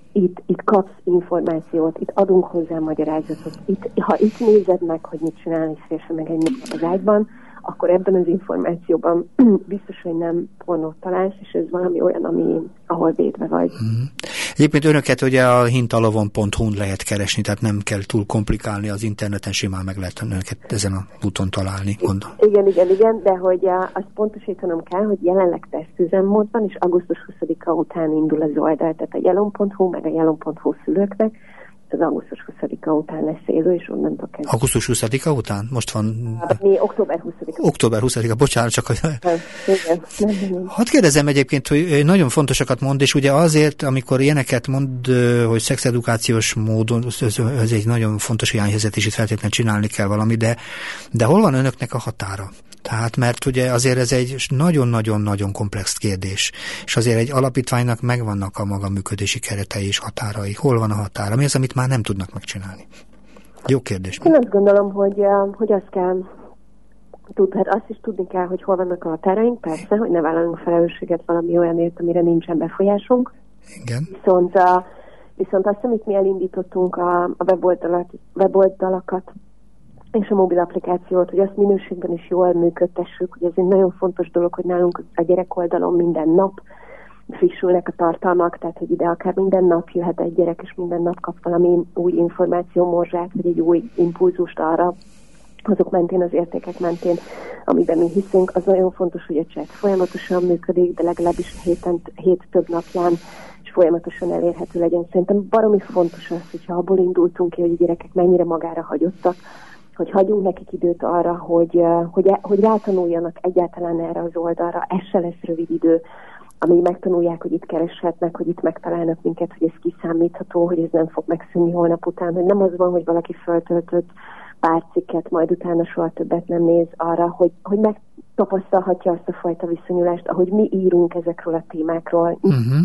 itt kapsz információt, itt adunk hozzá magyarázatot, ha itt nézed meg, hogy mit csinál egy férfi meg egy nő az ágyban, akkor ebben az információban biztos, hogy nem pornót találsz, és ez valami olyan, ahol védve vagy. Egyébként önöket ugye a hintalavon.hu-n lehet keresni, tehát nem kell túl komplikálni, az interneten simán meg lehet önöket ezen a úton találni. Gondolom. Igen, de hogy azt pontosítanom kell, hogy jelenleg tesztüzemmód van, és augusztus 20-a után indul az oldal, tehát a jelon.hu, meg a jelon.hu szülőknek, az augusztus 20-a után lesz élő, és onnantól kezdve. Augusztus 20-a után? Most van... Mi október 20-a. Október 20-a, bocsánat, csak... Igen. Hadd kérdezem egyébként, hogy nagyon fontosakat mond, és ugye azért, amikor ilyeneket mond, hogy szexedukációs módon, ez egy nagyon fontos hiányhelyzet, és itt feltétlenül csinálni kell valami, de hol van önöknek a határa? Tehát, mert ugye azért ez egy nagyon-nagyon-nagyon komplex kérdés, és azért egy alapítványnak megvannak a maga működési keretei és határai. Hol van a határa? Mi az, amit már nem tudnak megcsinálni? Jó kérdés. Én azt gondolom, hogy azt kell, azt is tudni kell, hogy hol vannak a határaink, persze, hogy ne vállalunk felelősséget valami olyanért, amire nincsen befolyásunk. Igen. Viszont azt, amit mi elindítottunk a weboldalakat, és a mobil applikációt, hogy azt minőségben is jól működtessük, hogy ez egy nagyon fontos dolog, hogy nálunk a gyerek oldalon minden nap frissülnek a tartalmak, tehát hogy ide akár minden nap jöhet egy gyerek, és minden nap kap valami új információmorzsát, vagy egy új impulzust arra, azok mentén, az értékek mentén, amiben mi hiszünk. Az nagyon fontos, hogy a chat folyamatosan működik, de legalábbis hét több napján és folyamatosan elérhető legyen. Szerintem baromi fontos az, hogyha abból indultunk ki, hogy a gyerekek mennyire magára hagyottak, hogy hagyjunk nekik időt arra, hogy rátanuljanak egyáltalán erre az oldalra. Ez se lesz rövid idő, amíg megtanulják, hogy itt kereshetnek, hogy itt megtalálnak minket, hogy ez kiszámítható, hogy ez nem fog megszűnni holnap után, hogy nem az van, hogy valaki föltöltött pár cikket, majd utána soha többet nem néz arra, hogy megtapasztalhatja azt a fajta viszonyulást, ahogy mi írunk ezekről a témákról,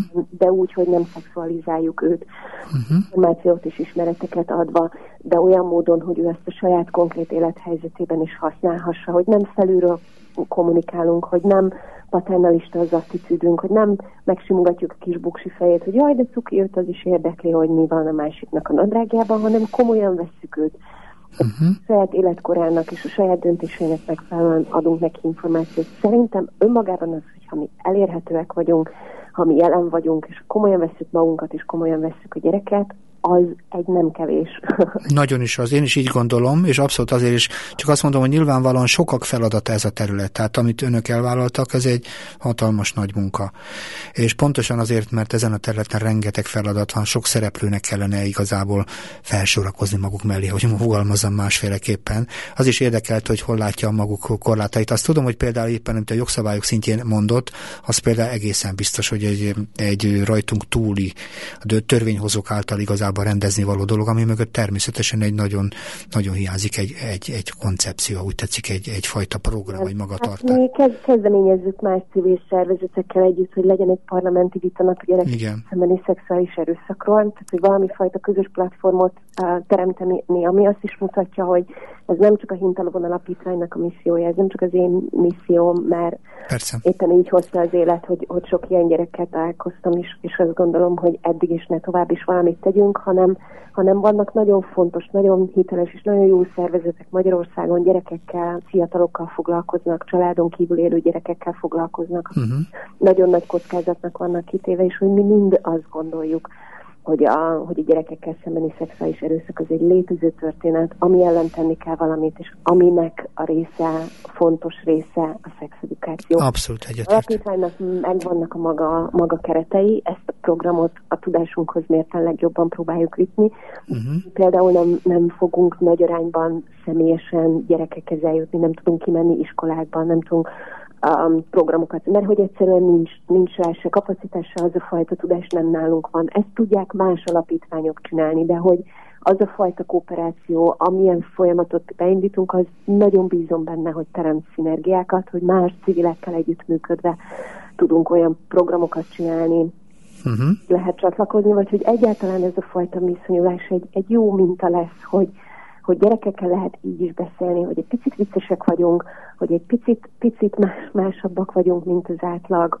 de úgy, hogy nem szexualizáljuk őt, információt és ismereteket adva, de olyan módon, hogy ő ezt a saját konkrét élethelyzetében is használhassa, hogy nem felülről kommunikálunk, hogy nem paternalista az attitűdünk, hogy nem megsimogatjuk a kis buksi fejét, hogy jaj, de cuki, őt az is érdekli, hogy mi van a másiknak a nadrágjában, hanem komolyan vesszük őt. A saját életkorának és a saját döntéseinek megfelelően adunk neki információt. Szerintem önmagában az, hogyha mi elérhetőek vagyunk, ha mi jelen vagyunk, és komolyan vesszük magunkat, és komolyan vesszük a gyereket, az egy nem kevés. Nagyon is az, én is így gondolom, és abszolút azért is, csak azt mondom, hogy nyilvánvalóan sokak feladata ez a terület, tehát amit önök elvállaltak, ez egy hatalmas nagy munka. És pontosan azért, mert ezen a területen rengeteg feladat van, sok szereplőnek kellene igazából felsorakozni maguk mellé, hogy fogalmazzam másféleképpen. Az is érdekelt, hogy hol látja a maguk korlátait. Azt tudom, hogy például éppen, amit a jogszabályok szintjén mondott, az például egészen biztos, hogy egy rajtunk túli törvényhozók által igazából rendezni való dolog, ami mögött természetesen egy nagyon, nagyon hiányzik egy koncepció, úgy tetszik egyfajta program, vagy magatartás. Mi kezdeményezzük más civil szervezetekkel együtt, hogy legyen egy parlamenti vitanap a gyerek szembeni szexuális erőszakról, tehát hogy valami fajta közös platformot teremteni, ami azt is mutatja, hogy ez nem csak a Hintalovon Alapítványnak a missziója, ez nem csak az én misszióm, mert persze. Éppen így hozta az élet, hogy sok ilyen gyerekkel találkoztam is, és azt gondolom, hogy eddig is ne tovább is valamit tegyünk, hanem vannak nagyon fontos, nagyon hiteles és nagyon jó szervezetek Magyarországon, gyerekekkel, fiatalokkal foglalkoznak, családon kívül élő gyerekekkel foglalkoznak. Nagyon nagy kockázatnak vannak kitéve, és hogy mi mind azt gondoljuk, hogy a gyerekekkel szembeni szexuális erőszak az egy létező történet, ami ellen tenni kell valamit, és aminek a része, fontos része a szexedukáció. Abszolút egyetért. A alapítványnak megvannak a maga keretei, ezt a programot a tudásunkhoz mérten legjobban próbáljuk vitni. Például nem fogunk nagy arányban személyesen gyerekekhez eljutni, nem tudunk kimenni iskolákban, nem tudunk programokat, mert hogy egyszerűen nincs rá se kapacitása, az a fajta tudás nem nálunk van. Ezt tudják más alapítványok csinálni, de hogy az a fajta kooperáció, amilyen folyamatot beindítunk, az nagyon bízom benne, hogy teremt szinergiákat, hogy más civilekkel együttműködve tudunk olyan programokat csinálni, lehet csatlakozni, vagy hogy egyáltalán ez a fajta viszonyulás egy jó minta lesz, hogy gyerekekkel lehet így is beszélni, hogy egy picit viccesek vagyunk, hogy egy picit másabbak vagyunk, mint az átlag,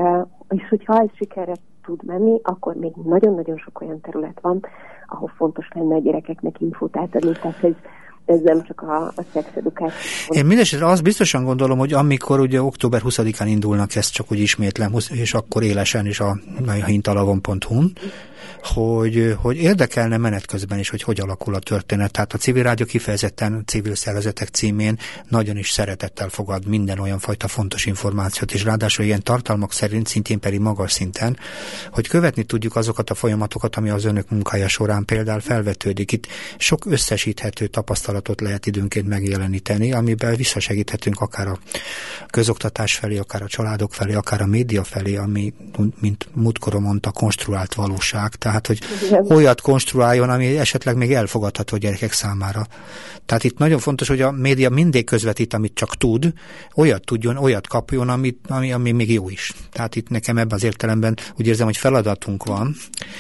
és hogyha ez sikerre tud menni, akkor még nagyon-nagyon sok olyan terület van, ahol fontos lenne a gyerekeknek infót átadni, tehát ez nem csak a szexedukáció. Én mindesetre azt biztosan gondolom, hogy amikor ugye október 20-án indulnak, ezt csak úgy ismétlem, és akkor élesen is a hintalavon.hu-n, hogy érdekelne menet közben is, hogy alakul a történet. Tehát a civil rádió kifejezetten civil szervezetek címén nagyon is szeretettel fogad minden olyan fajta fontos információt, és ráadásul ilyen tartalmak szerint, szintén pedig magas szinten, hogy követni tudjuk azokat a folyamatokat, ami az önök munkája során például felvetődik. Itt sok összesíthető tapasztalatot lehet időnként megjeleníteni, amiben visszasegíthetünk akár a közoktatás felé, akár a családok felé, akár a média felé, ami, mint múltkor mondta, konstruált valóság. Tehát, hogy olyat konstruáljon, ami esetleg még elfogadható gyerekek számára. Tehát itt nagyon fontos, hogy a média mindig közvetít, amit csak tud, olyat tudjon, olyat kapjon, ami még jó is. Tehát itt nekem ebben az értelemben úgy érzem, hogy feladatunk van,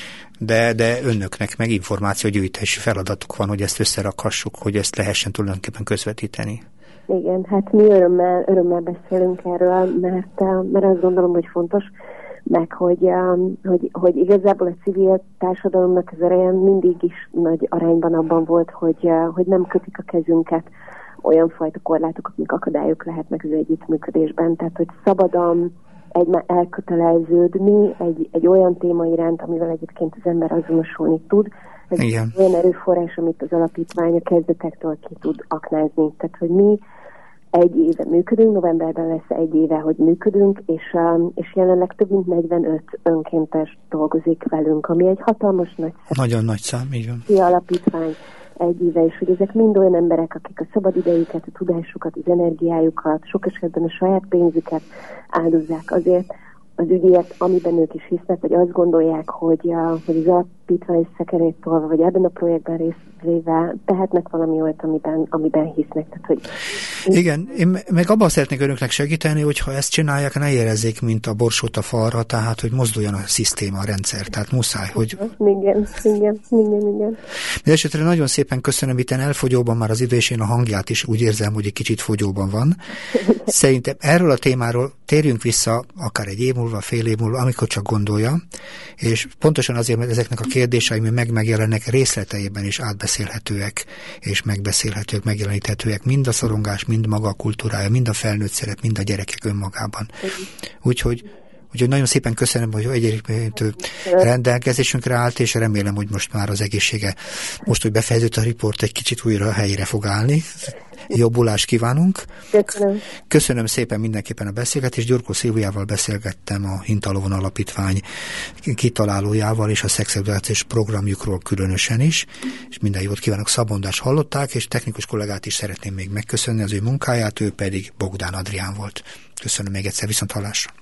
de önöknek meg információgyűjtési feladatuk van, hogy ezt összerakassuk, hogy ezt lehessen tulajdonképpen közvetíteni. Igen, hát mi örömmel beszélünk erről, mert azt gondolom, hogy fontos, meg hogy igazából a civil társadalomnak az ereje mindig is nagy arányban abban volt, hogy nem kötik a kezünket olyan fajta korlátok, amik akadályok lehetnek az együttműködésben. Tehát, hogy szabadon elköteleződni egy olyan téma iránt, amivel egyébként az ember azonosulni tud. Ez olyan erőforrás, amit az alapítvány a kezdetektől ki tud aknázni. Tehát, hogy mi 1 éve működünk, novemberben lesz 1 éve, hogy működünk, és jelenleg több mint 45 önkéntes dolgozik velünk, ami egy hatalmas nagy szám. Nagyon nagy szám, így van. Alapítvány 1 éve, és hogy ezek mind olyan emberek, akik a szabadidejüket, a tudásukat, az energiájukat, sok esetben a saját pénzüket áldozzák azért az ügyért, amiben ők is hisznek, vagy azt gondolják, hogy az alapítvány szekerét tolva, vagy ebben a projektben részvéve tehetnek valami olyat, amiben hisznek. Tehát, hogy... Igen, én meg abban szeretnék önöknek segíteni, hogy ha ezt csinálják, ne érezzék, mint a borsót a falra, tehát, hogy mozduljon a szisztéma, a rendszer, tehát muszáj, hogy... Igen. De esetre nagyon szépen köszönöm, itt elfogyóban már az idő, és én a hangját is úgy érzem, hogy egy kicsit fogyóban van. Szerintem erről a témáról térjünk vissza akár 1 év múlva, fél év múlva, amikor csak gondolja, és pontosan azért, mert ezeknek a kérdéseim megjelennek részleteiben is átbeszélhetőek, és megbeszélhetőek, megjeleníthetőek, mind a szorongás, mind maga a kultúrája, mind a felnőtt szerep, mind a gyerekek önmagában. Úgyhogy nagyon szépen köszönöm, hogy egyébként rendelkezésünkre állt, és remélem, hogy most már az egészsége, most, hogy befejeződött a riport, egy kicsit újra a helyére fog állni. Jobbulást kívánunk. Köszönöm szépen mindenképpen a beszélgetést. Gyurkó Szilviával beszélgettem, a Hintalovon Alapítvány kitalálójával, és a szexedukációs programjukról különösen is. És minden jót kívánok. Szabondás hallották, és technikus kollégát is szeretném még megköszönni az ő munkáját, ő pedig Bogdán Adrián volt. Köszönöm még egyszer, viszonthallásra.